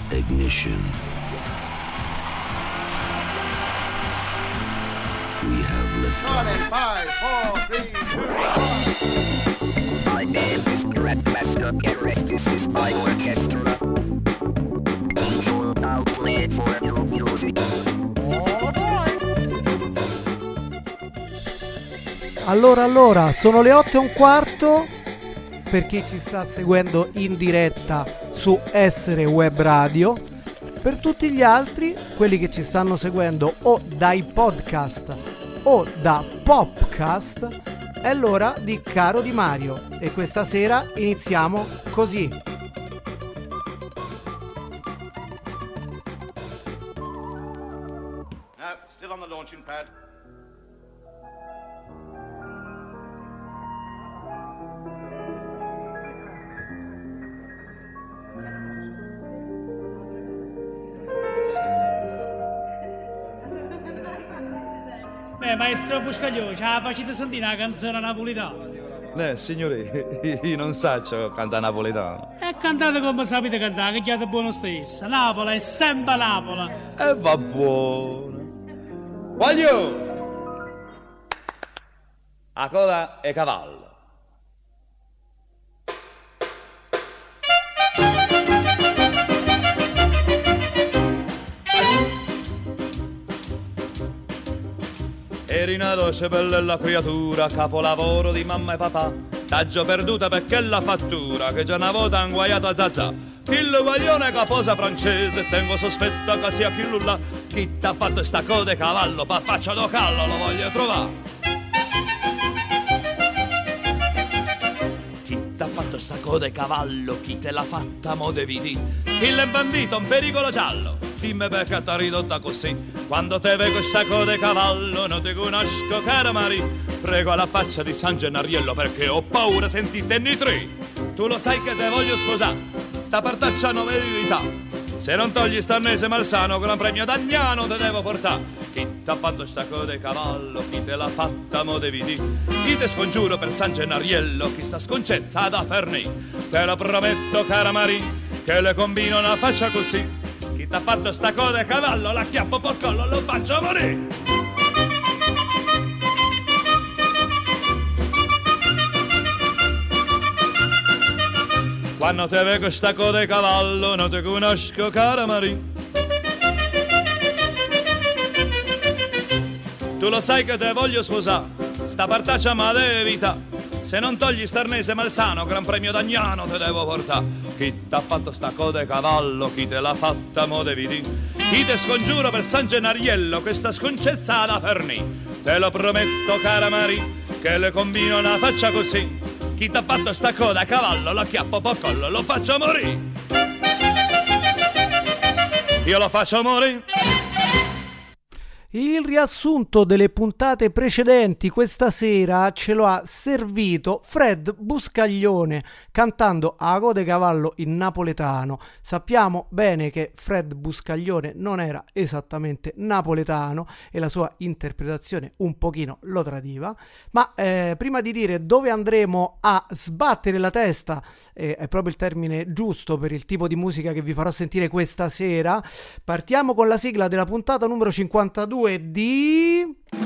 Ignition. We have liftoff. 5, 4, 3, 2, 1. My name is Grandmaster Garrett. This is my orchestra. We will now play for your music. Allora, sono le 8:15 per chi ci sta seguendo in diretta su Essere Web Radio. Per tutti gli altri, quelli che ci stanno seguendo o dai podcast o da Popcast, è l'ora di Caro Di Mario e questa sera iniziamo così. Now, still on the launching pad. Maestro Buscagliò, ce la facete sentire una canzone napoletana? Signore, io non saccio cantare napoletano. E cantate come sapete cantare, che è buono stesso. Napoli è sempre Napoli. E va buono. Voglio! A coda e cavallo. Eri una dolce bella creatura, capolavoro di mamma e papà. T'aggio perduta perché la fattura, che già una volta inguaiato a zazà. Il guaglione caposa francese, tengo sospetto che sia chi là. Chi t'ha fatto sta coda e cavallo, pa faccia do callo, lo voglio trovare. Chi t'ha fatto sta coda e cavallo, chi te l'ha fatta mo devi di. Il è bandito, un pericolo giallo. Dimmi perché t'ha ridotta così. Quando te vedo sta coda e cavallo non ti conosco, cara Mari. Prego alla faccia di San Gennariello perché ho paura, sentite nei tre. Tu lo sai che te voglio sposare, sta partaccia non verità. Se non togli starnese malsano, gran premio Dagnano te devo portare. Chi t'ha fatto sta coda e cavallo, chi te l'ha fatta mo devi di. Io te scongiuro per San Gennariello, chi sta sconcezza da Fernì. Te lo prometto, cara Mari, che le combino una faccia così. Chi t'ha fatto sta coda e cavallo, la chiappo per collo, lo faccio morire. Quando te vedo sta coda e cavallo, non ti conosco, cara Maria. Tu lo sai che te voglio sposare, sta partaccia ma devi evitare. Se non togli starnese malsano, gran premio Dagnano te devo portare. Chi t'ha fatto sta coda e cavallo, chi te l'ha fatta mo devi di. Chi te scongiuro per San Gennariello, questa sconcezza da Fernì. Te lo prometto, cara Mari, che le combino una faccia così. Chi t'ha fatto sta coda e cavallo, la chiappo per collo, lo faccio morire. Io lo faccio morire. Il riassunto delle puntate precedenti questa sera ce lo ha servito Fred Buscaglione cantando a coda e cavallo in napoletano. Sappiamo bene che Fred Buscaglione non era esattamente napoletano e la sua interpretazione un pochino lo tradiva, ma prima di dire dove andremo a sbattere la testa, è proprio il termine giusto per il tipo di musica che vi farò sentire questa sera, partiamo con la sigla della puntata numero 52 di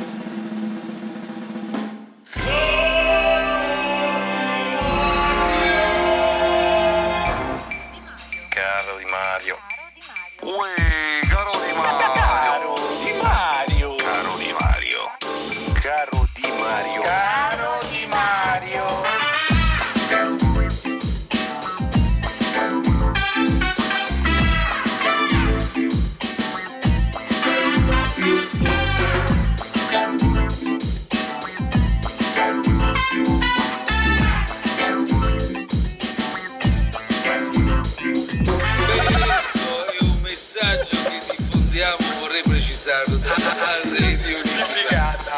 Caro Di Mario. Uè, caro Di Mario. Caro Di Mario. Caro Di Mario. Caro Di Mario. Caro Di Mario. Questo è un messaggio che diffondiamo, vorrei precisarlo, da Radio Unificata.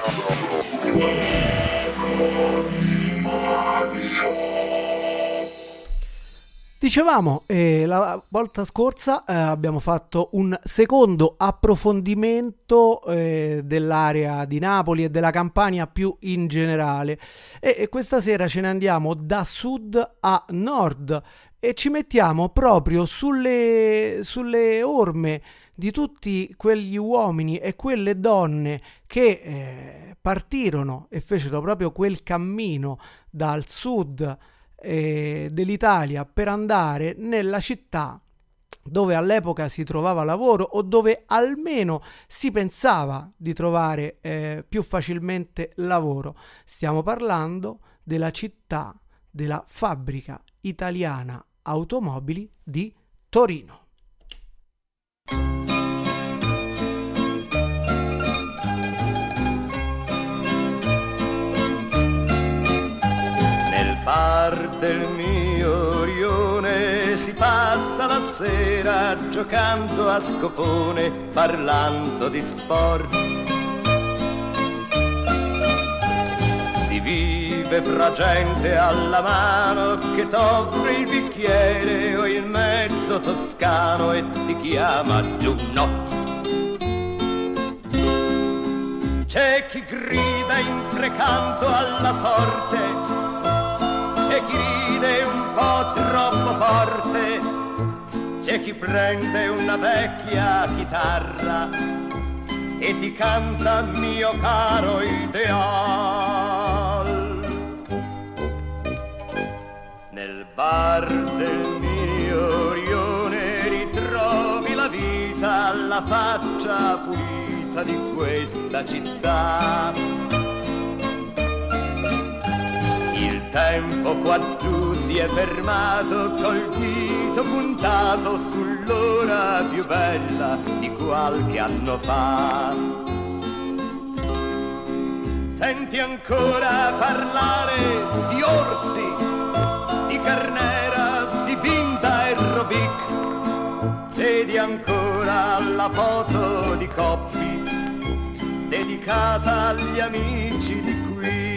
Dicevamo, la volta scorsa abbiamo fatto un secondo approfondimento dell'area di Napoli e della Campania più in generale e questa sera ce ne andiamo da sud a nord e ci mettiamo proprio sulle orme di tutti quegli uomini e quelle donne che partirono e fecero proprio quel cammino dal sud dell'Italia per andare nella città dove all'epoca si trovava lavoro o dove almeno si pensava di trovare più facilmente lavoro. Stiamo parlando della città della fabbrica italiana automobili di Torino. Nel bar del mio rione si passa la sera giocando a scopone, parlando di sport. Si vive fra gente alla mano che t'offre il bicchiere o il mezzo toscano e ti chiama giù, no. C'è chi grida imprecando alla sorte e chi ride un po' troppo forte. C'è chi prende una vecchia chitarra e ti canta mio caro ideal. Nel bar del mio rione ritrovi la vita, la faccia pulita di questa città. Il tempo qua giù si è fermato col dito puntato sull'ora più bella di qualche anno fa. Senti ancora parlare di orsi, di Carnera, di Binda e Robic. Vedi ancora la foto di Coppi dedicata agli amici di qui.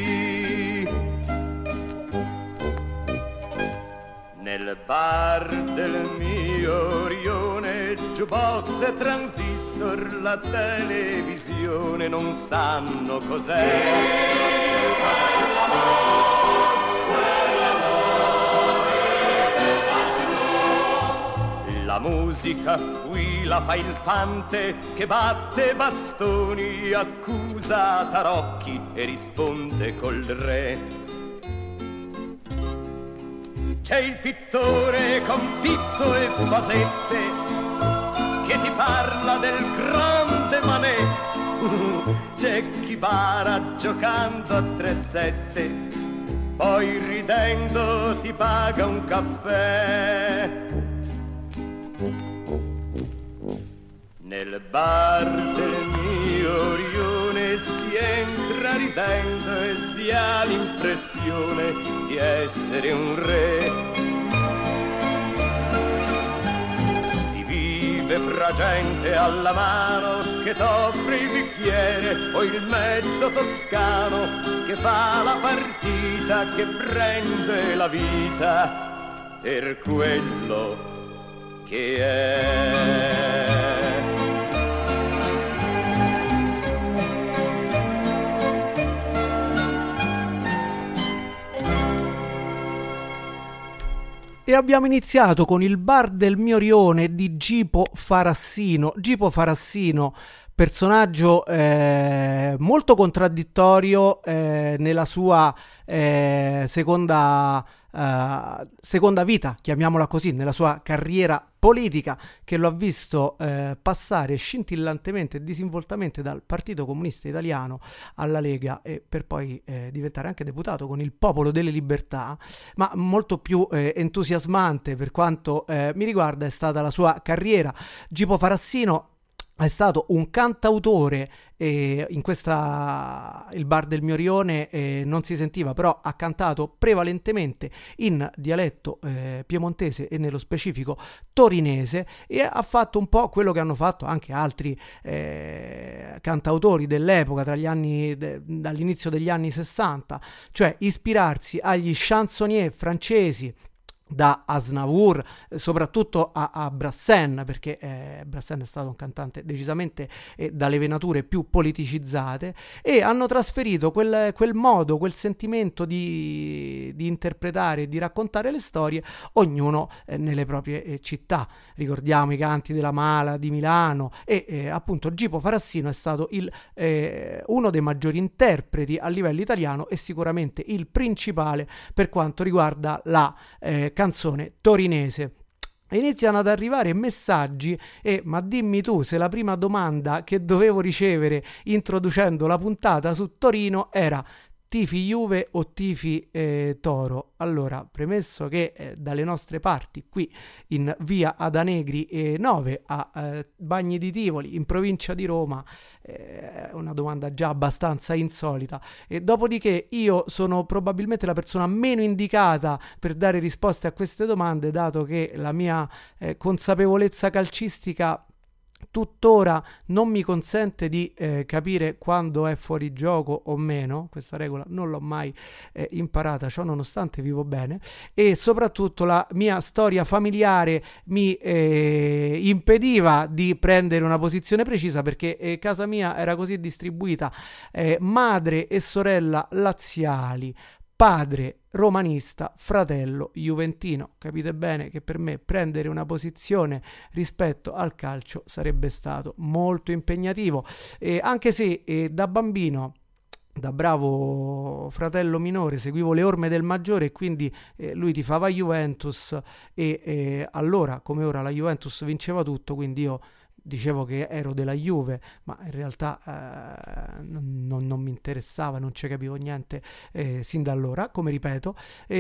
Nel bar del mio rione, jukebox e transistor, la televisione non sanno cos'è. La musica qui la fa il fante che batte bastoni, accusa tarocchi e risponde col re. C'è il pittore con pizzo e basette che ti parla del grande Manet. C'è chi bara giocando a 3-7, poi ridendo ti paga un caffè. Nel bar del mio rione si entra ridendo e si ha l'impressione di essere un re. Si vive fra gente alla mano che t'offre il bicchiere o il mezzo toscano che fa la partita, che prende la vita per quello che è. E abbiamo iniziato con il bar del mio rione di Gipo Farassino. Gipo Farassino, personaggio molto contraddittorio nella sua seconda vita, chiamiamola così, nella sua carriera politica, che lo ha visto passare scintillantemente e disinvoltamente dal Partito Comunista Italiano alla Lega e per poi diventare anche deputato con il Popolo delle Libertà. Ma molto più entusiasmante per quanto mi riguarda è stata la sua carriera. Gipo Farassino è stato un cantautore in questa il bar del mio rione non si sentiva, però ha cantato prevalentemente in dialetto piemontese e nello specifico torinese, e ha fatto un po' quello che hanno fatto anche altri cantautori dell'epoca dall'inizio degli anni 60, cioè ispirarsi agli chansonnier francesi da Aznavour, soprattutto a Brassens, perché Brassens è stato un cantante decisamente dalle venature più politicizzate, e hanno trasferito quel modo, quel sentimento di interpretare e di raccontare le storie, ognuno nelle proprie città. Ricordiamo i canti della Mala di Milano, e appunto Gipo Farassino è stato uno dei maggiori interpreti a livello italiano e sicuramente il principale per quanto riguarda la canzone torinese. Iniziano ad arrivare messaggi ma dimmi tu se la prima domanda che dovevo ricevere introducendo la puntata su Torino era: tifi Juve o tifi Toro? Allora, premesso che dalle nostre parti, qui in via Adanegri 9 a Bagni di Tivoli, in provincia di Roma, è una domanda già abbastanza insolita, e dopodiché io sono probabilmente la persona meno indicata per dare risposte a queste domande, dato che la mia consapevolezza calcistica tuttora non mi consente di capire quando è fuori gioco o meno. Questa regola non l'ho mai imparata, ciò nonostante vivo bene, e soprattutto la mia storia familiare mi impediva di prendere una posizione precisa, perché casa mia era così distribuita: madre e sorella laziali, padre romanista, fratello juventino. Capite bene che per me prendere una posizione rispetto al calcio sarebbe stato molto impegnativo, anche se da bambino, da bravo fratello minore, seguivo le orme del maggiore, e quindi lui tifava Juventus, e allora come ora la Juventus vinceva tutto, quindi io dicevo che ero della Juve, ma in realtà non mi interessava, non ci capivo niente sin da allora, come ripeto.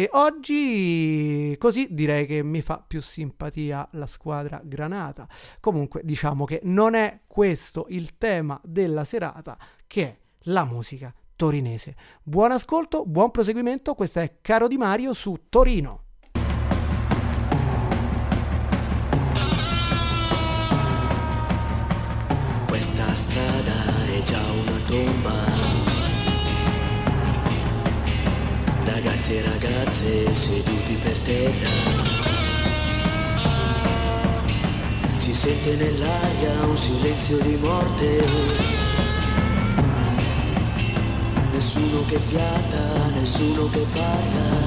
Oggi così direi che mi fa più simpatia la squadra granata. Comunque diciamo che non è questo il tema della serata, che è la musica torinese. Buon ascolto, buon proseguimento, questa è Caro Di Mario su Torino. Questa strada è già una tomba, ragazzi e ragazze seduti per terra, si sente nell'aria un silenzio di morte, nessuno che fiata, nessuno che parla.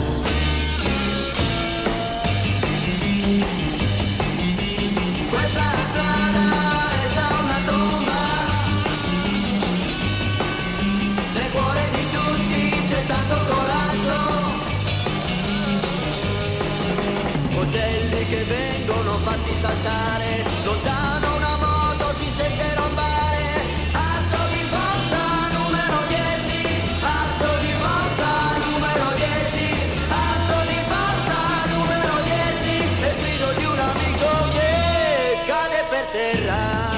Che vengono fatti saltare, lontano una moto si sente rombare, atto di forza numero 10, atto di forza numero 10, atto di forza numero 10, e il grido di un amico che cade per terra.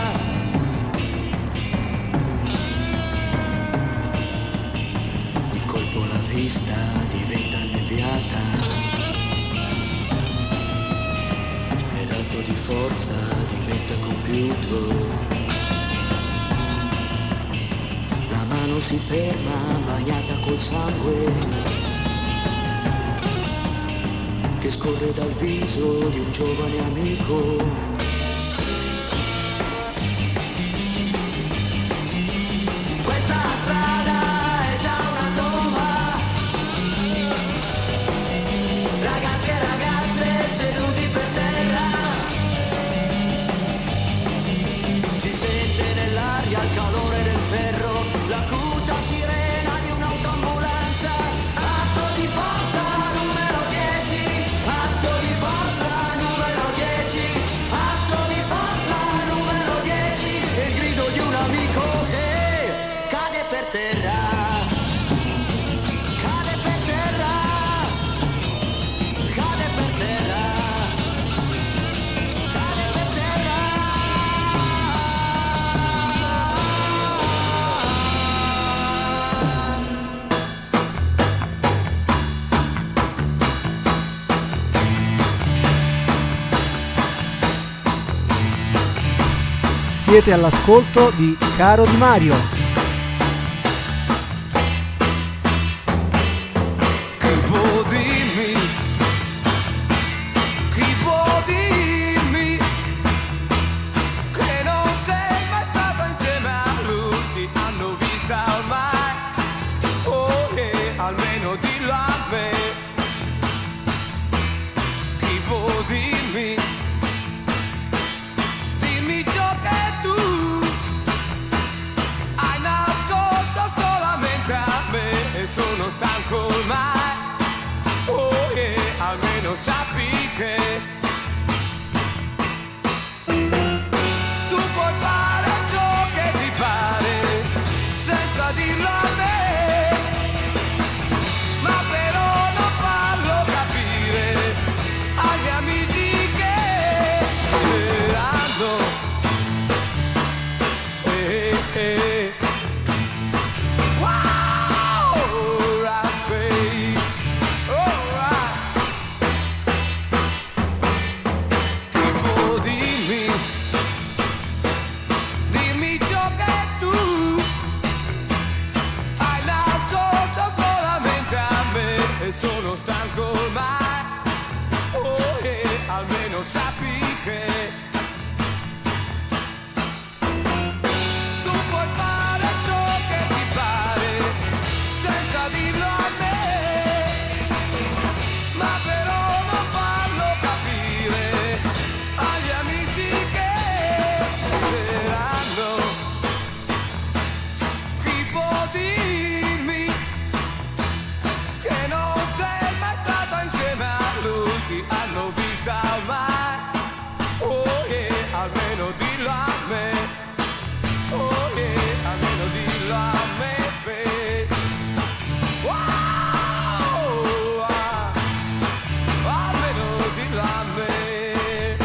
Di colpo la vista diventa annebbiata, di forza diventa compiuto, la mano si ferma bagnata col sangue che scorre dal viso di un giovane amico. Siete all'ascolto di Caro Di Mario. Che vuoi dirmi sono stanco ormai. Oh yeah, almeno sappi che tu puoi fare ciò che ti pare senza dirlo a me, ma però non farlo capire agli amici che verranno. Sono stanco ormai, oh yeah, almeno sappi che tu puoi fare ciò che ti pare senza dirlo a me, ma però non farlo capire agli amici che verranno. Chi può dirmi che non sei mai stata insieme a lui, ti hanno vista ormai, oh yeah, almeno dillo a me, oh yeah, almeno dillo a me, babe. Wow, almeno dillo a me,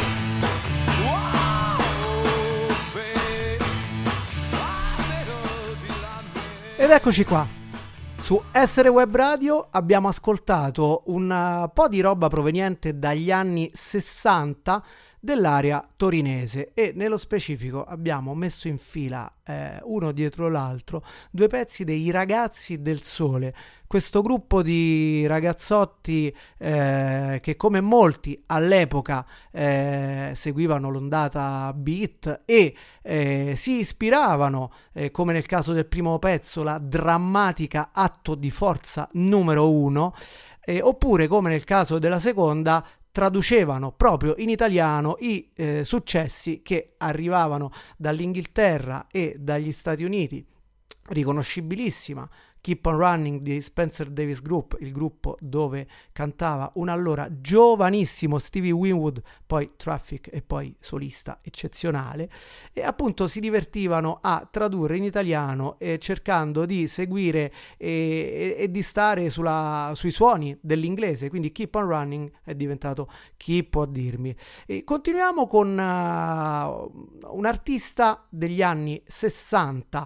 wow, babe, almeno dillo a me. Ed eccoci qua. Su Essere Web Radio abbiamo ascoltato un po' di roba proveniente dagli anni 60 dell'area torinese e nello specifico abbiamo messo in fila uno dietro l'altro due pezzi dei Ragazzi del Sole, questo gruppo di ragazzotti che come molti all'epoca seguivano l'ondata beat e si ispiravano, come nel caso del primo pezzo, la drammatica Atto di Forza numero 1, oppure come nel caso della seconda traducevano proprio in italiano i successi che arrivavano dall'Inghilterra e dagli Stati Uniti. Riconoscibilissima Keep on Running di Spencer Davis Group, il gruppo dove cantava un allora giovanissimo Stevie Winwood, poi Traffic e poi solista eccezionale, e appunto si divertivano a tradurre in italiano cercando di seguire e di stare sui suoni dell'inglese, quindi Keep on Running è diventato Chi può dirmi. E continuiamo con un artista degli anni 60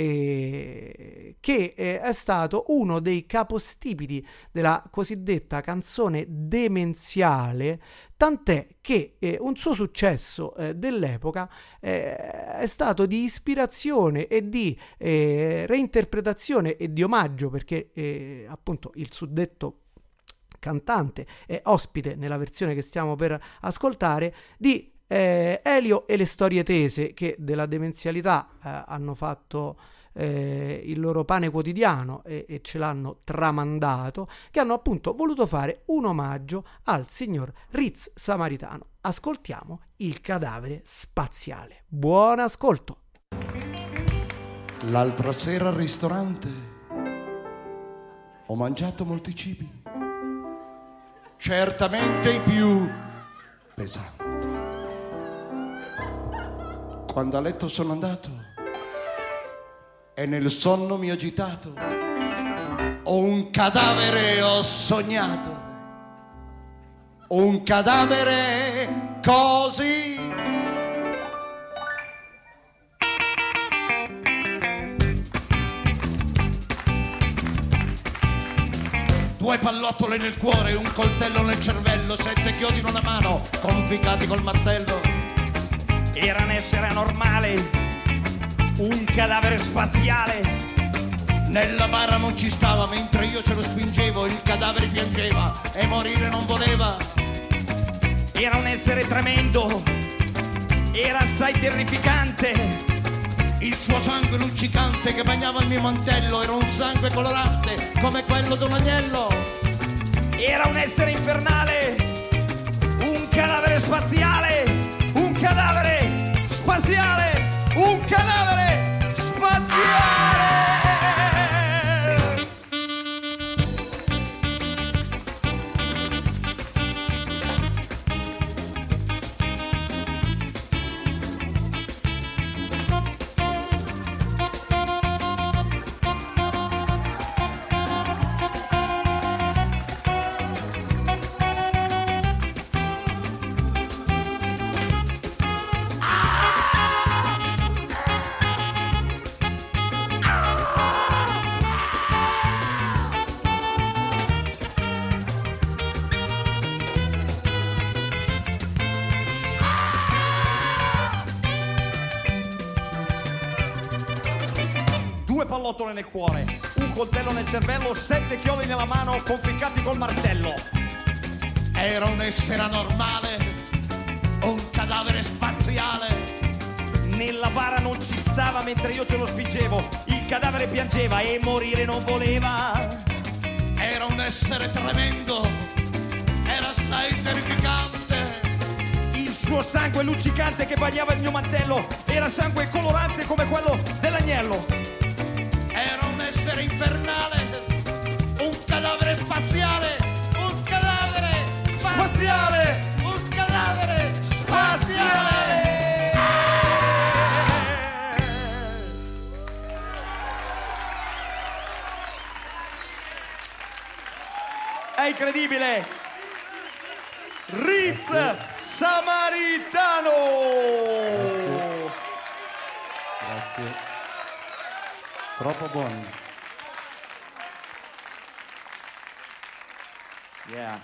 che è stato uno dei capostipiti della cosiddetta canzone demenziale, tant'è che un suo successo dell'epoca è stato di ispirazione e di reinterpretazione e di omaggio, perché appunto il suddetto cantante è ospite nella versione che stiamo per ascoltare di Elio e le storie tese, che della demenzialità hanno fatto il loro pane quotidiano e ce l'hanno tramandato, che hanno appunto voluto fare un omaggio al signor Riz Samaritano. Ascoltiamo Il cadavere spaziale. Buon ascolto. L'altra sera al ristorante ho mangiato molti cibi, certamente i più pesanti. Quando a letto sono andato e nel sonno mi ho agitato, ho un cadavere ho sognato, un cadavere così. Due pallottole nel cuore, un coltello nel cervello, 7 chiodi in una mano, conficcati col martello. Era un essere anormale, un cadavere spaziale. Nella bara non ci stava, mentre io ce lo spingevo, il cadavere piangeva e morire non voleva. Era un essere tremendo, era assai terrificante. Il suo sangue luccicante che bagnava il mio mantello era un sangue colorante come quello di un agnello. Era un essere infernale, un cadavere spaziale, un cadavere spaziale, un cadavere spaziale. 2 pallottole nel cuore, un coltello nel cervello, 7 chiodi nella mano conficcati col martello. Era un essere anormale, un cadavere spaziale. Nella bara non ci stava mentre io ce lo spingevo, il cadavere piangeva e morire non voleva. Era un essere tremendo, era assai terrificante. Il suo sangue luccicante che bagnava il mio mantello era sangue colorante come quello dell'agnello. Era un essere infernale, un cadavere spaziale, un cadavere spaziale, un cadavere spaziale. È incredibile! Riz Samaritano! Grazie. Troppo buoni. Yeah.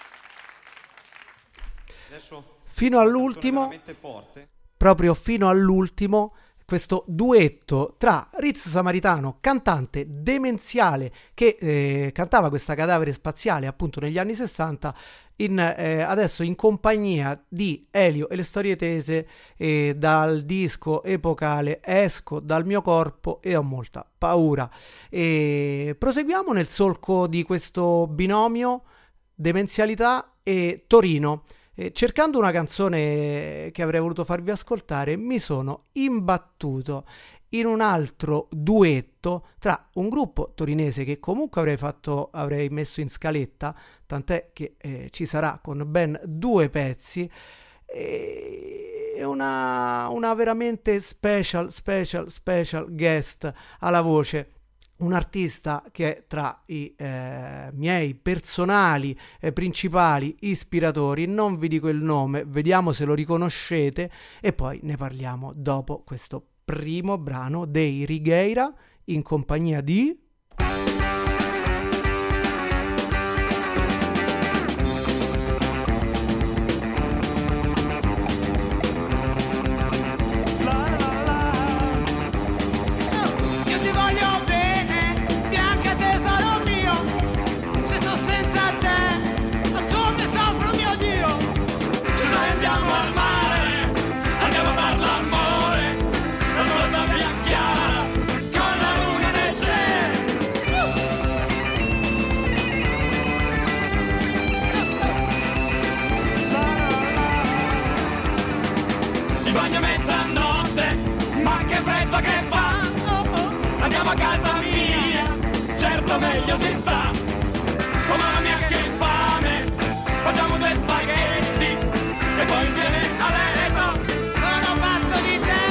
Adesso fino all'ultimo, proprio fino all'ultimo, questo duetto tra Riz Samaritano, cantante demenziale che cantava questa Cadavere spaziale appunto negli anni 60, adesso in compagnia di Elio e le storie tese, dal disco epocale Esco dal mio corpo e ho molta paura. Proseguiamo nel solco di questo binomio demenzialità e Torino. Cercando una canzone che avrei voluto farvi ascoltare, mi sono imbattuto in un altro duetto tra un gruppo torinese che comunque avrei messo in scaletta, tant'è che ci sarà con ben 2 pezzi, e una veramente special guest alla voce. Un artista che è tra i miei personali principali ispiratori. Non vi dico il nome, vediamo se lo riconoscete e poi ne parliamo dopo questo primo brano dei Righeira in compagnia di... Andiamo a casa mia, certo meglio si sta. Oh mamma mia che fame, facciamo 2 spaghetti e poi insieme a letto. Sono fatto di te.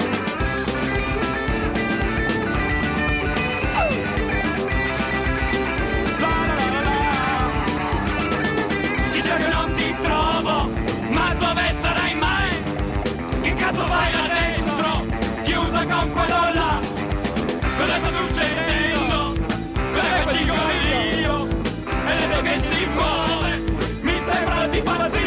Dice che non ti trovo, ma dove sarai mai? Che cazzo vai là dentro, chiusa con quello là? Cosa sta succedendo? Cosa che dico io? E vedo che si muove, mi sembra di pazzire.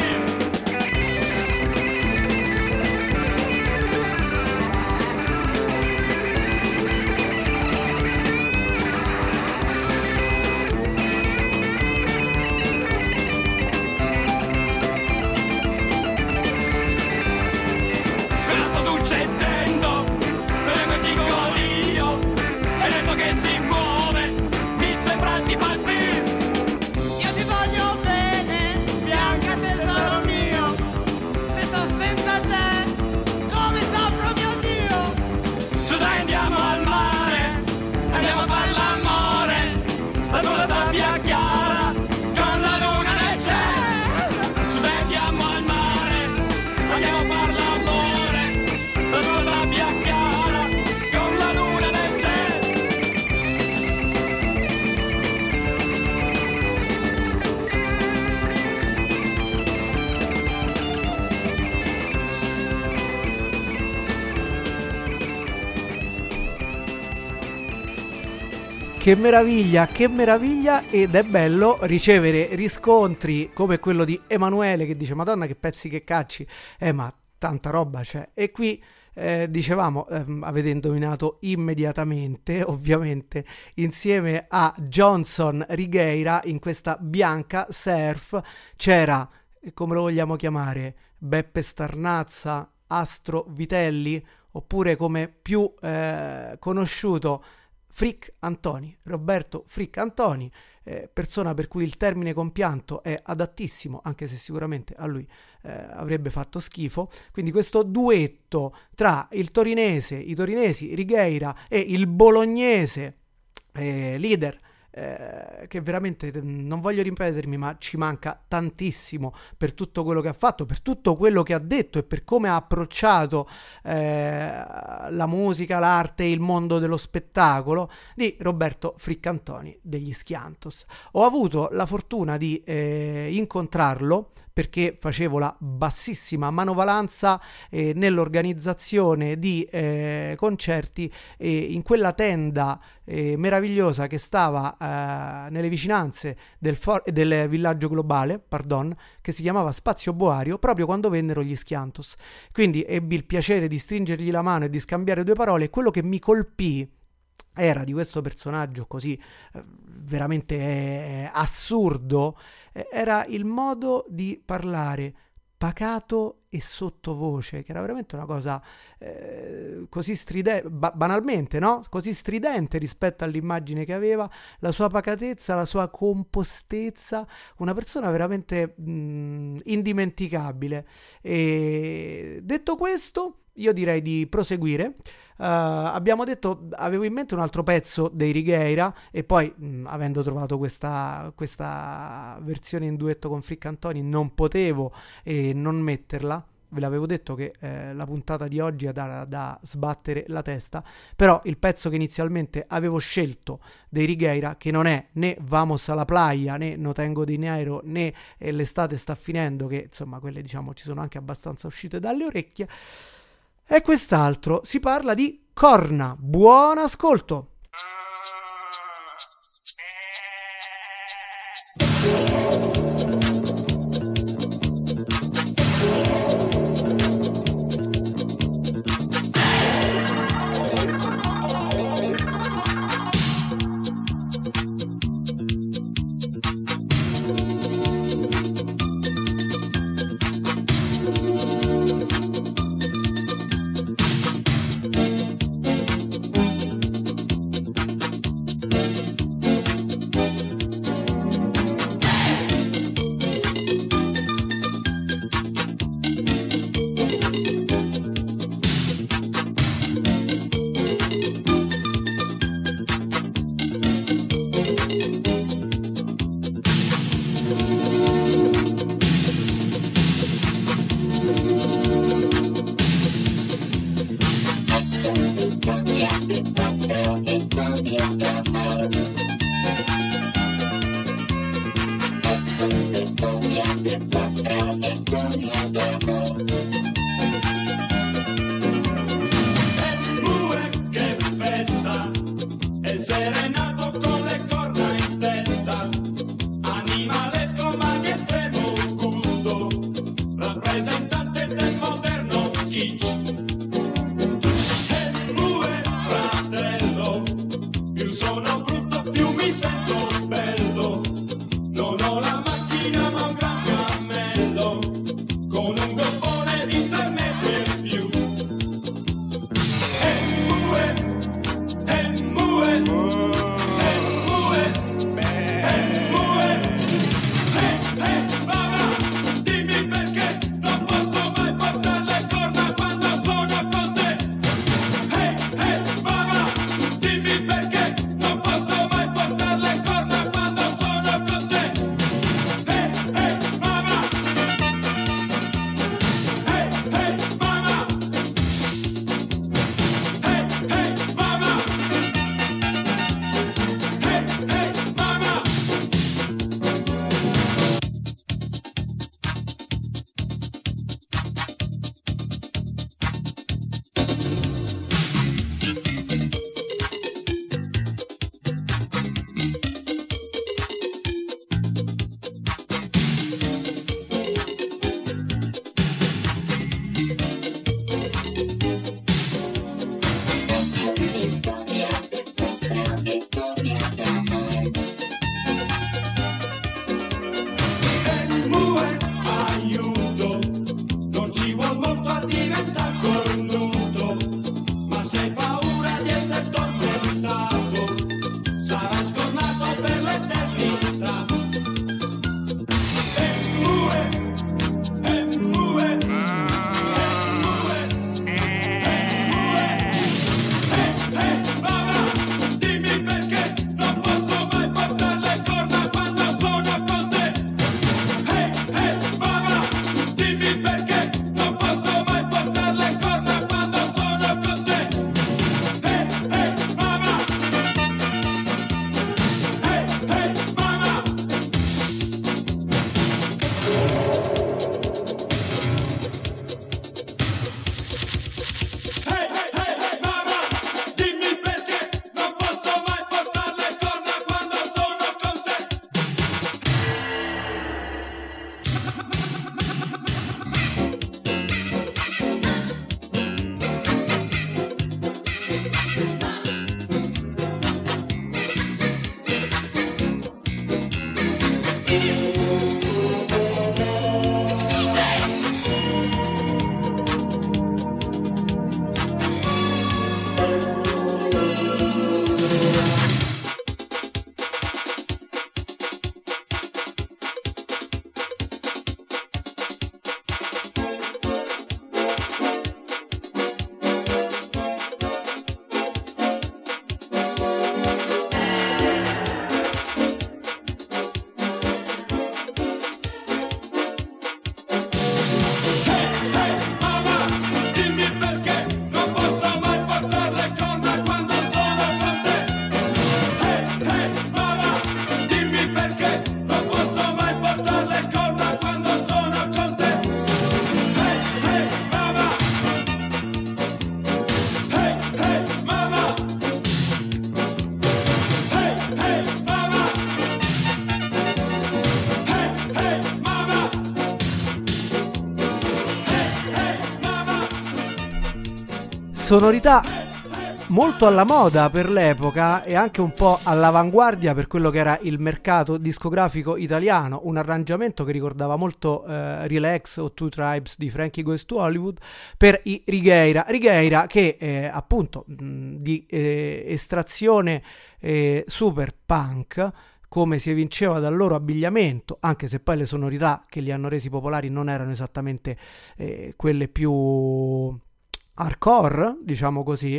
Cosa sta succedendo? Cosa che dico io? E vedo che si muove, mi sembra di partire. Io ti voglio bene, bianca tesoro mio. Se sto senza te, come soffro mio Dio. Su dai andiamo al mare, andiamo a fare l'amore. La sola sabbia chiara, con la luna nel cielo. Su dai andiamo al mare, andiamo a fare l'amore. La sola sabbia chiara, con la luna nel cielo. Che meraviglia, ed è bello ricevere riscontri come quello di Emanuele che dice Madonna che pezzi che cacci, ma tanta roba c'è. E qui dicevamo, avete indovinato immediatamente, ovviamente, insieme a Johnson Righeira in questa Bianca Surf c'era, come lo vogliamo chiamare, Beppe Starnazza, Astro Vitelli, oppure come più conosciuto Frick Antoni, Roberto Frick Antoni, persona per cui il termine compianto è adattissimo, anche se sicuramente a lui avrebbe fatto schifo. Quindi questo duetto tra i torinesi Righeira e il bolognese leader, che veramente non voglio ripetermi, ma ci manca tantissimo per tutto quello che ha fatto, per tutto quello che ha detto e per come ha approcciato la musica, l'arte, il mondo dello spettacolo, di Roberto Frick Antoni degli Schiantos. Ho avuto la fortuna di incontrarlo perché facevo la bassissima manovalanza nell'organizzazione di concerti in quella tenda meravigliosa che stava nelle vicinanze del villaggio globale, che si chiamava Spazio Boario, proprio quando vennero gli Schiantos. Quindi ebbi il piacere di stringergli la mano e di scambiare 2 parole, e quello che mi colpì era di questo personaggio così veramente assurdo, era il modo di parlare pacato e sottovoce, che era veramente una cosa così stridente, banalmente, no? Così stridente rispetto all'immagine che aveva, la sua pacatezza, la sua compostezza, una persona veramente indimenticabile. E detto questo, io direi di proseguire. Abbiamo detto, avevo in mente un altro pezzo dei Righeira, e poi avendo trovato questa versione in duetto con Frick Antoni non potevo non metterla. Ve l'avevo detto che la puntata di oggi è da sbattere la testa, però il pezzo che inizialmente avevo scelto dei Righeira, che non è né Vamos a la playa, né No tengo dinero, né L'estate sta finendo, che insomma quelle diciamo ci sono anche abbastanza uscite dalle orecchie, è quest'altro. Si parla di Corna. Buon ascolto. Dimmi perché non posso mai portare le corna quando Sonorità molto alla moda per l'epoca e anche un po' all'avanguardia per quello che era il mercato discografico italiano, un arrangiamento che ricordava molto Relax o Two Tribes di Frankie Goes to Hollywood per i Righeira che appunto di estrazione super punk, come si evinceva dal loro abbigliamento, anche se poi le sonorità che li hanno resi popolari non erano esattamente quelle più hardcore, diciamo così,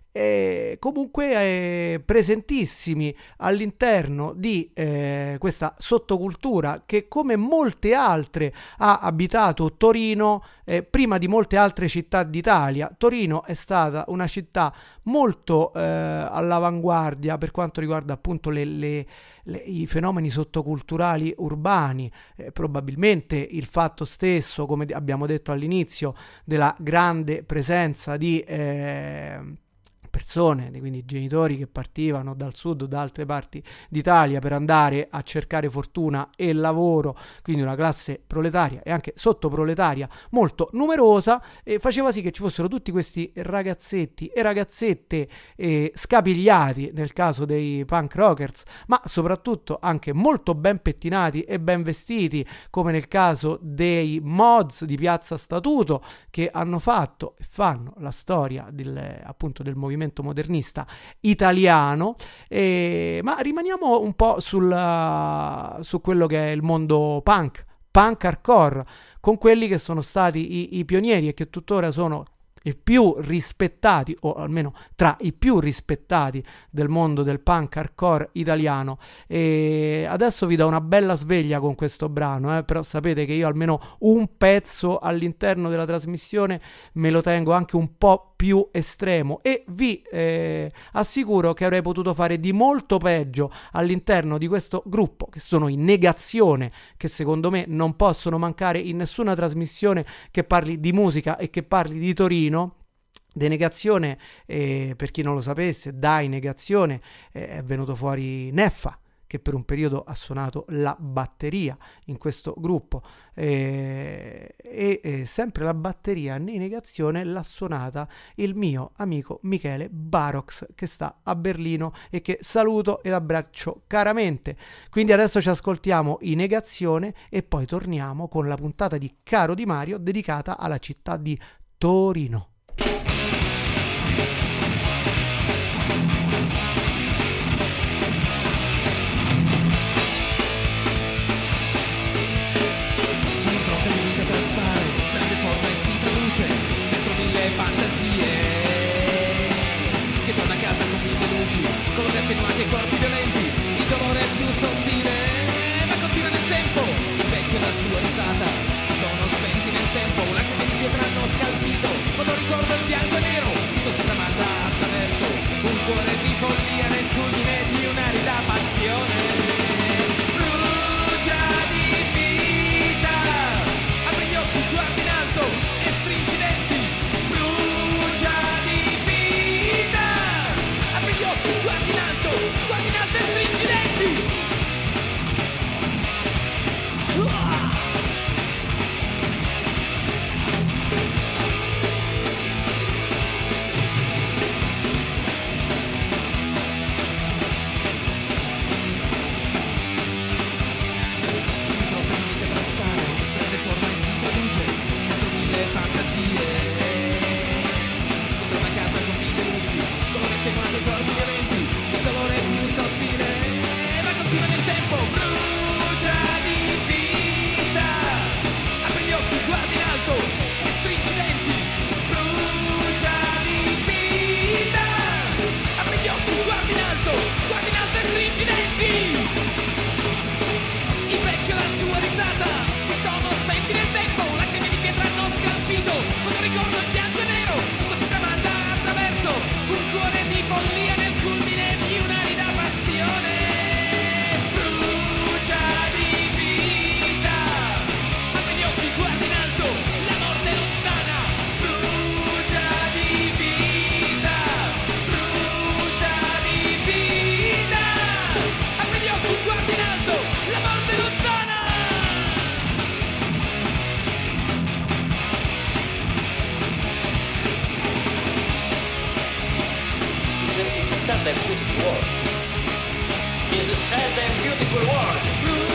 comunque presentissimi all'interno di questa sottocultura che, come molte altre, ha abitato Torino prima di molte altre città d'Italia. Torino è stata una città molto all'avanguardia per quanto riguarda appunto i fenomeni sottoculturali urbani, probabilmente il fatto stesso, come abbiamo detto all'inizio, della grande presenza di persone, quindi genitori che partivano dal sud o da altre parti d'Italia per andare a cercare fortuna e lavoro, quindi una classe proletaria e anche sottoproletaria molto numerosa, e faceva sì che ci fossero tutti questi ragazzetti e ragazzette scapigliati nel caso dei punk rockers, ma soprattutto anche molto ben pettinati e ben vestiti, come nel caso dei Mods di Piazza Statuto, che hanno fatto e fanno la storia appunto del movimento modernista italiano. Ma rimaniamo un po' su quello che è il mondo punk hardcore, con quelli che sono stati i pionieri e che tuttora sono i più rispettati, o almeno tra i più rispettati del mondo del punk hardcore italiano. E adesso vi do una bella sveglia con questo brano, però sapete che io almeno un pezzo all'interno della trasmissione me lo tengo anche un po' più estremo, e vi assicuro che avrei potuto fare di molto peggio all'interno di questo gruppo, che sono in Negazione, che secondo me non possono mancare in nessuna trasmissione che parli di musica e che parli di Torino. De Negazione, per chi non lo sapesse, dai Negazione è venuto fuori Neffa, che per un periodo ha suonato la batteria in questo gruppo, e sempre la batteria nei Negazione l'ha suonata il mio amico Michele Barox, che sta a Berlino e che saluto ed abbraccio caramente. Quindi adesso ci ascoltiamo i Negazione e poi torniamo con la puntata di Caro Di Mario dedicata alla città di Torino. Dentro mille fantasie che torna a casa con mille luci, colori attenuati e corpi violenti, il dolore è più sottile ma continua nel tempo, il vecchio e la sua risata si sono spenti nel tempo, lacrime di pietra hanno scalpito quando ricordo il bianco e nero, tutto si tramanda attraverso un cuore di follia. sad and beautiful world. It's a sad and beautiful world.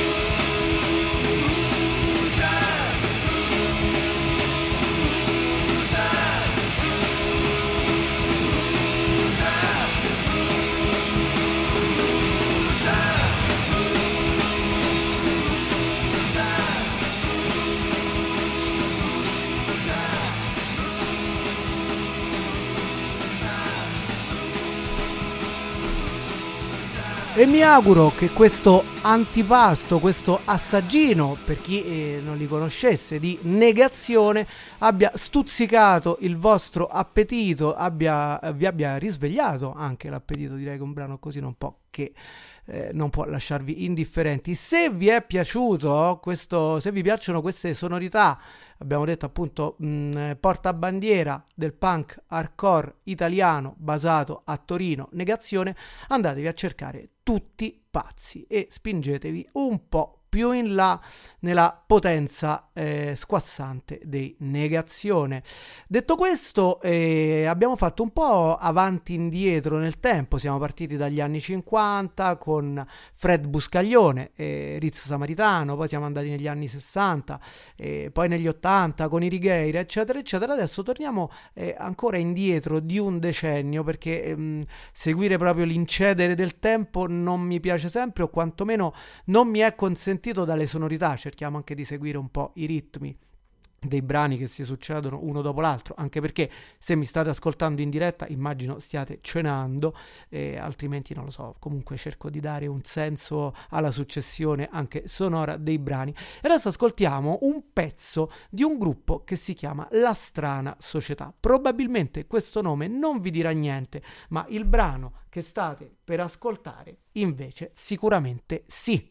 E mi auguro che questo antipasto, questo assaggino, per chi non li conoscesse, di Negazione, abbia stuzzicato il vostro appetito, vi abbia risvegliato anche l'appetito. Direi che un brano così non può lasciarvi indifferenti. Se vi è piaciuto se vi piacciono queste sonorità, abbiamo detto appunto portabandiera del punk hardcore italiano basato a Torino, Negazione, andatevi a cercare Tutti Pazzi e spingetevi un po' più in là nella potenza squassante dei Negazione. Detto questo, abbiamo fatto un po' avanti e indietro nel tempo. Siamo partiti dagli anni 50 con Fred Buscaglione e Riz Samaritano, poi siamo andati negli anni 60, poi negli 80 con i Righeira, eccetera eccetera. Adesso torniamo ancora indietro di un decennio, perché seguire proprio l'incedere del tempo non mi piace sempre, o quantomeno non mi è consentito dalle sonorità. Cerchiamo anche di seguire un po' i ritmi dei brani che si succedono uno dopo l'altro, anche perché se mi state ascoltando in diretta immagino stiate cenando, altrimenti non lo so, comunque cerco di dare un senso alla successione anche sonora dei brani. E adesso ascoltiamo un pezzo di un gruppo che si chiama La Strana Società. Probabilmente questo nome non vi dirà niente, ma il brano che state per ascoltare invece sicuramente sì.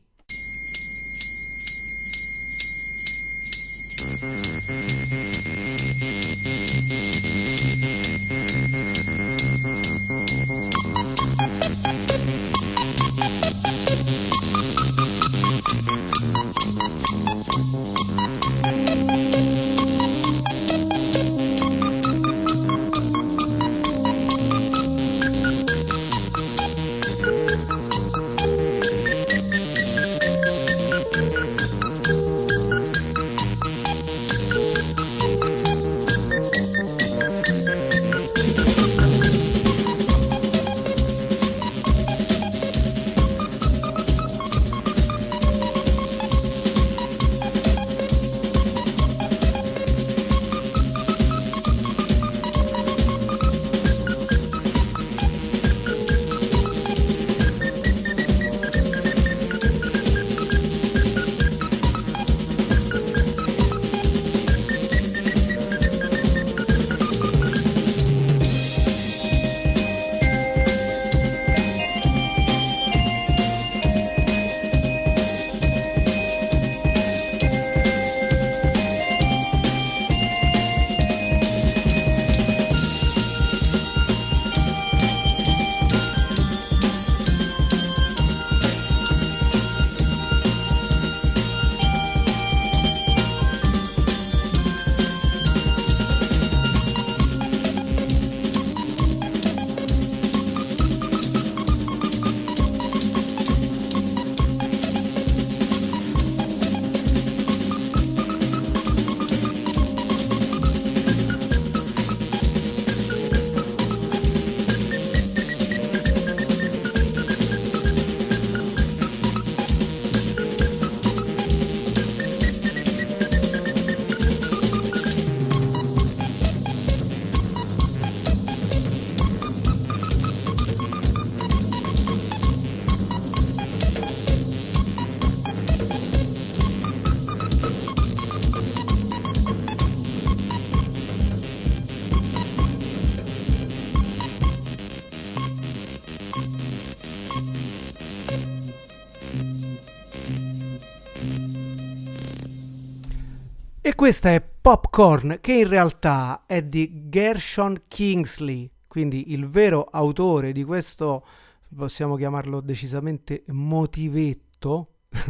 E questa è Popcorn, che in realtà è di Gershon Kingsley, quindi il vero autore di questo, possiamo chiamarlo decisamente motivetto,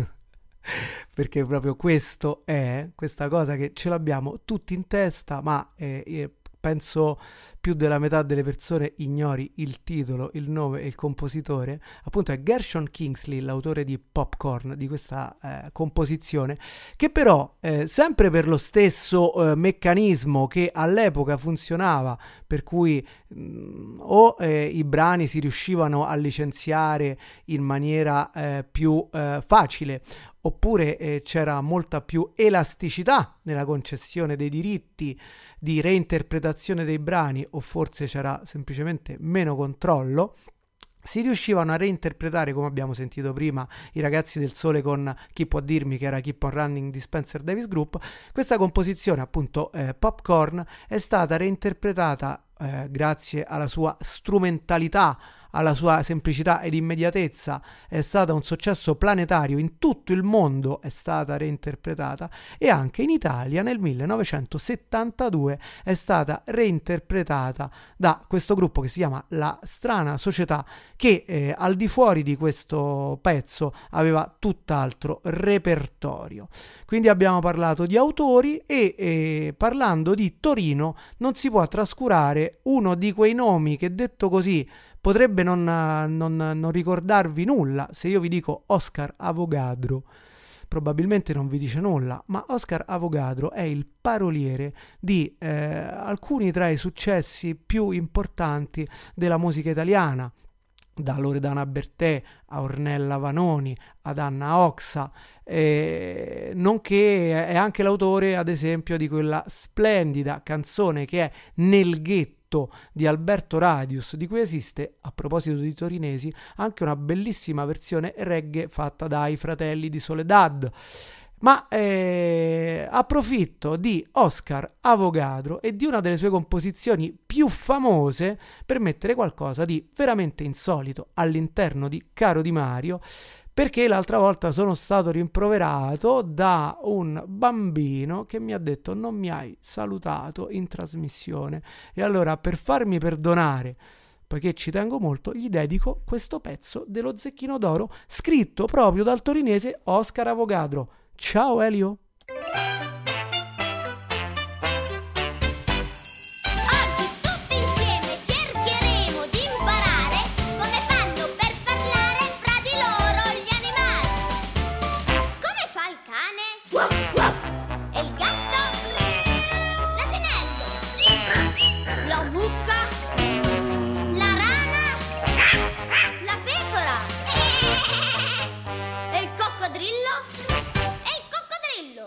perché proprio questo è questa cosa che ce l'abbiamo tutti in testa, ma penso più della metà delle persone ignori il titolo, il nome e il compositore. Appunto è Gershon Kingsley, l'autore di Popcorn, di questa composizione, che però sempre per lo stesso meccanismo che all'epoca funzionava, per cui i brani si riuscivano a licenziare in maniera più facile, oppure c'era molta più elasticità nella concessione dei diritti di reinterpretazione dei brani, o forse c'era semplicemente meno controllo, si riuscivano a reinterpretare, come abbiamo sentito prima, i Ragazzi del Sole con Chi può dirmi, che era Keep on Running di Spencer Davis Group. Questa composizione, appunto Popcorn, è stata reinterpretata grazie alla sua strumentalità, alla sua semplicità ed immediatezza. È stata un successo planetario, in tutto il mondo è stata reinterpretata, e anche in Italia nel 1972 è stata reinterpretata da questo gruppo che si chiama La Strana Società, che al di fuori di questo pezzo aveva tutt'altro repertorio. Quindi abbiamo parlato di autori e parlando di Torino non si può trascurare uno di quei nomi che, detto così, potrebbe non ricordarvi nulla. Se io vi dico Oscar Avogadro, probabilmente non vi dice nulla, ma Oscar Avogadro è il paroliere di alcuni tra i successi più importanti della musica italiana, da Loredana Bertè a Ornella Vanoni ad Anna Oxa, nonché è anche l'autore, ad esempio, di quella splendida canzone che è Nel ghetto di Alberto Radius, di cui esiste, a proposito di torinesi, anche una bellissima versione reggae fatta dai fratelli di Soledad. Ma approfitto di Oscar Avogadro e di una delle sue composizioni più famose per mettere qualcosa di veramente insolito all'interno di Caro Di Mario, perché l'altra volta sono stato rimproverato da un bambino che mi ha detto: non mi hai salutato in trasmissione. E allora, per farmi perdonare, poiché ci tengo molto, gli dedico questo pezzo dello Zecchino d'Oro, scritto proprio dal torinese Oscar Avogadro. Ciao Elio! E il coccodrillo?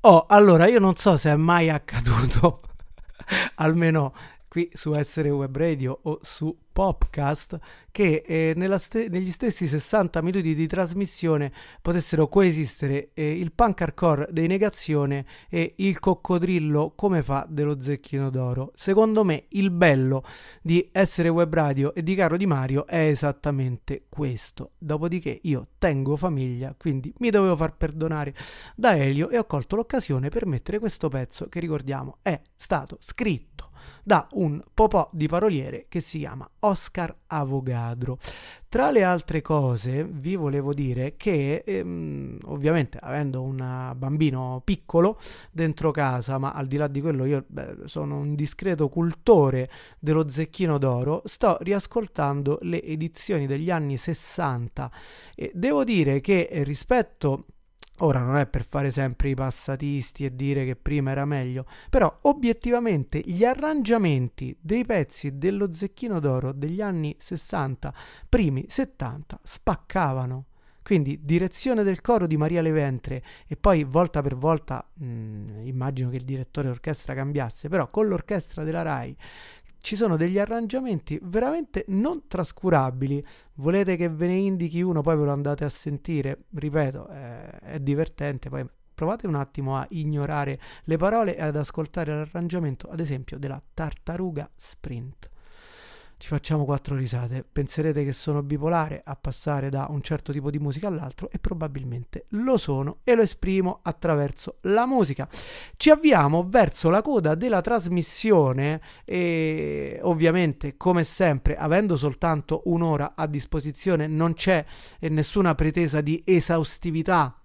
Allora, io non so se è mai accaduto, almeno qui su Essere Web Radio o su Popcast, che negli stessi 60 minuti di trasmissione potessero coesistere il punk hardcore dei Negazione e il coccodrillo come fa dello Zecchino d'Oro. Secondo me il bello di Essere Web Radio e di Caro Di Mario è esattamente questo. Dopodiché io tengo famiglia, quindi mi dovevo far perdonare da Elio e ho colto l'occasione per mettere questo pezzo che, ricordiamo, è stato scritto da un popò di paroliere che si chiama Oscar Avogadro. Tra le altre cose vi volevo dire che ovviamente avendo un bambino piccolo dentro casa, ma al di là di quello io sono un discreto cultore dello Zecchino d'Oro, sto riascoltando le edizioni degli anni 60 e devo dire che rispetto... Ora non è per fare sempre i passatisti e dire che prima era meglio, però obiettivamente gli arrangiamenti dei pezzi dello Zecchino d'Oro degli anni 60, primi 70, spaccavano. Quindi direzione del coro di Maria Leventre e poi volta per volta, immagino che il direttore orchestra cambiasse, però con l'orchestra della Rai ci sono degli arrangiamenti veramente non trascurabili. Volete che ve ne indichi uno, poi ve lo andate a sentire, ripeto, è divertente, poi provate un attimo a ignorare le parole e ad ascoltare l'arrangiamento, ad esempio, della Tartaruga Sprint. Ci facciamo 4 risate, penserete che sono bipolare a passare da un certo tipo di musica all'altro e probabilmente lo sono e lo esprimo attraverso la musica. Ci avviamo verso la coda della trasmissione e ovviamente, come sempre, avendo soltanto un'ora a disposizione, non c'è nessuna pretesa di esaustività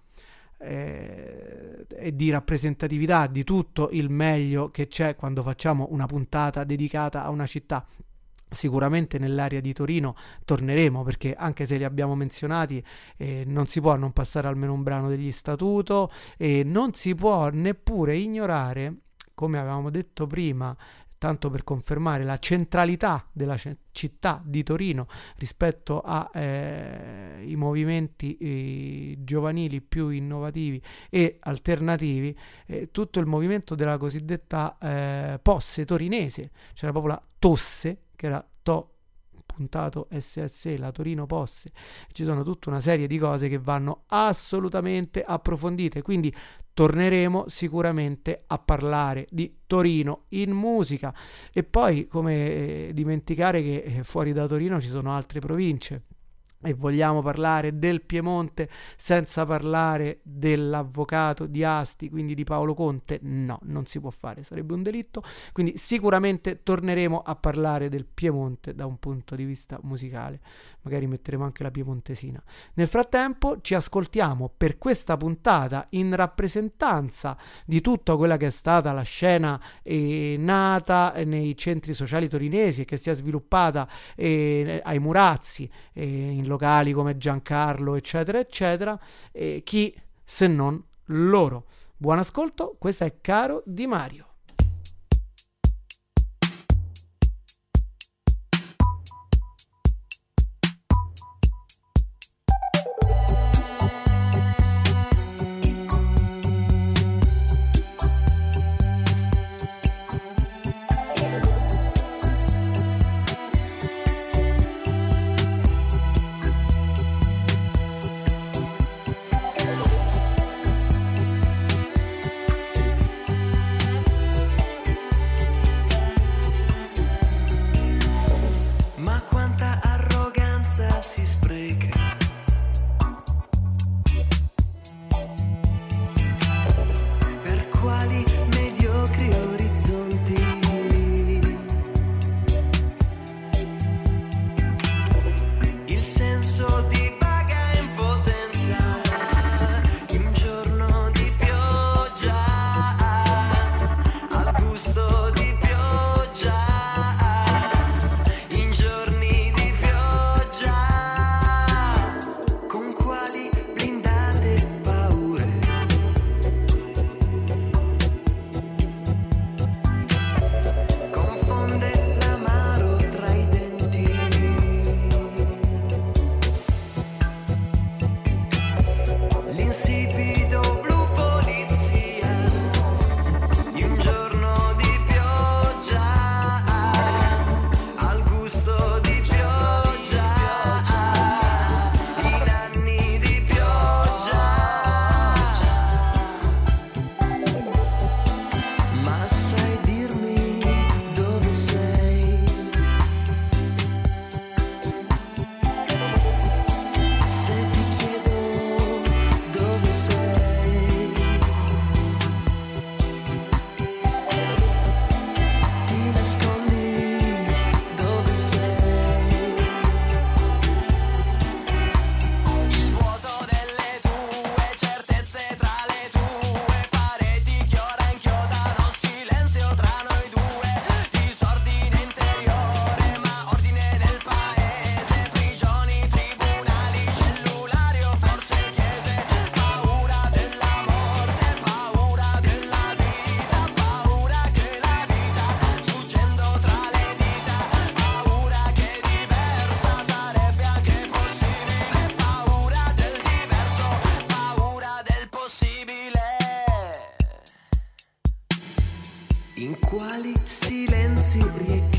e di rappresentatività di tutto il meglio che c'è quando facciamo una puntata dedicata a una città. Sicuramente nell'area di Torino torneremo, perché anche se li abbiamo menzionati non si può non passare almeno un brano degli Statuto e non si può neppure ignorare, come avevamo detto prima, tanto per confermare la centralità della città di Torino rispetto ai movimenti giovanili più innovativi e alternativi, tutto il movimento della cosiddetta posse torinese. C'era proprio la tosse, che era puntato SSE, la Torino Posse. Ci sono tutta una serie di cose che vanno assolutamente approfondite, quindi torneremo sicuramente a parlare di Torino in musica. E poi come dimenticare che fuori da Torino ci sono altre province e vogliamo parlare del Piemonte senza parlare dell'avvocato di Asti, quindi di Paolo Conte? No, non si può fare, sarebbe un delitto. Quindi sicuramente torneremo a parlare del Piemonte da un punto di vista musicale, magari metteremo anche la piemontesina. Nel frattempo ci ascoltiamo per questa puntata, in rappresentanza di tutta quella che è stata la scena nata nei centri sociali torinesi e che si è sviluppata ai Murazzi, in locali come Giancarlo, eccetera eccetera, chi se non loro. Buon ascolto, questa è Caro Di Mario.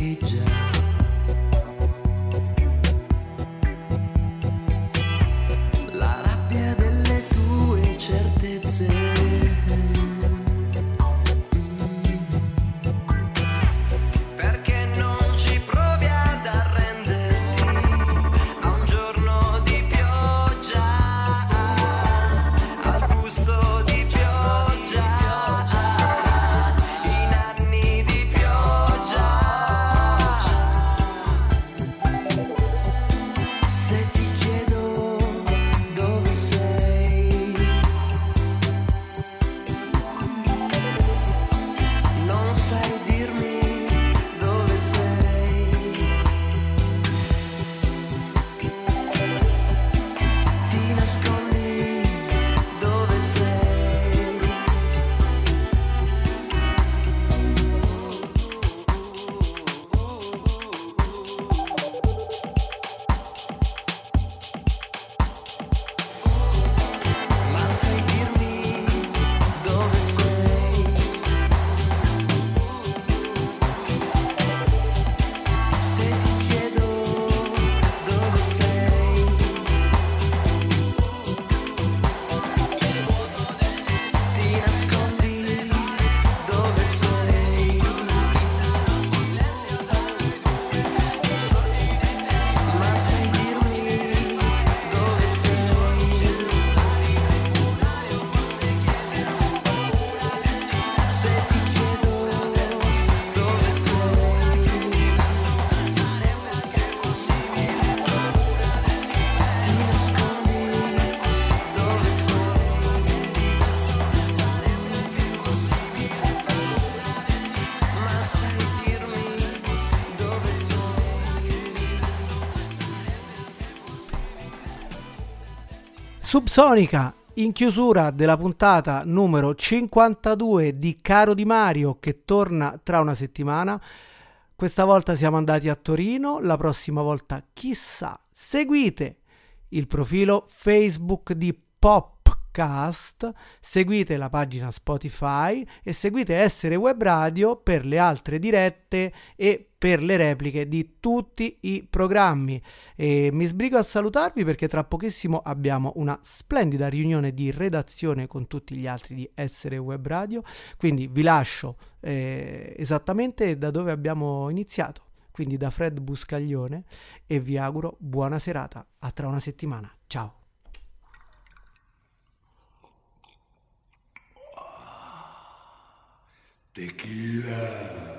echeggia. La rabbia delle tue certezze. Perché non ci provi ad arrenderti a un giorno di pioggia, al gusto di pioggia, in anni di pioggia. Se ti chiedo dove sei, non sai dirmi dove sei. Ti nascondi dove sei. Ma sai dirmi dove sei? Se ti chiedo dove sei, ti nascondi dove sei. Ma sai dirmi dove sei? Se ti chiedo dove sei, sarebbe anche possibile. Ti nascondi dove sei, sarebbe anche possibile. Ma sai dirmi dove Subsonica, in chiusura della puntata numero 52 di Caro Di Mario, che torna tra una settimana. Questa volta siamo andati a Torino, la prossima volta chissà. Seguite il profilo Facebook di Popcast, seguite la pagina Spotify e seguite Essere Web Radio per le altre dirette e per le repliche di tutti i programmi. E mi sbrigo a salutarvi perché tra pochissimo abbiamo una splendida riunione di redazione con tutti gli altri di Essere Web Radio, quindi vi lascio esattamente da dove abbiamo iniziato, quindi da Fred Buscaglione, e vi auguro buona serata. A tra una settimana. Ciao. Tequila.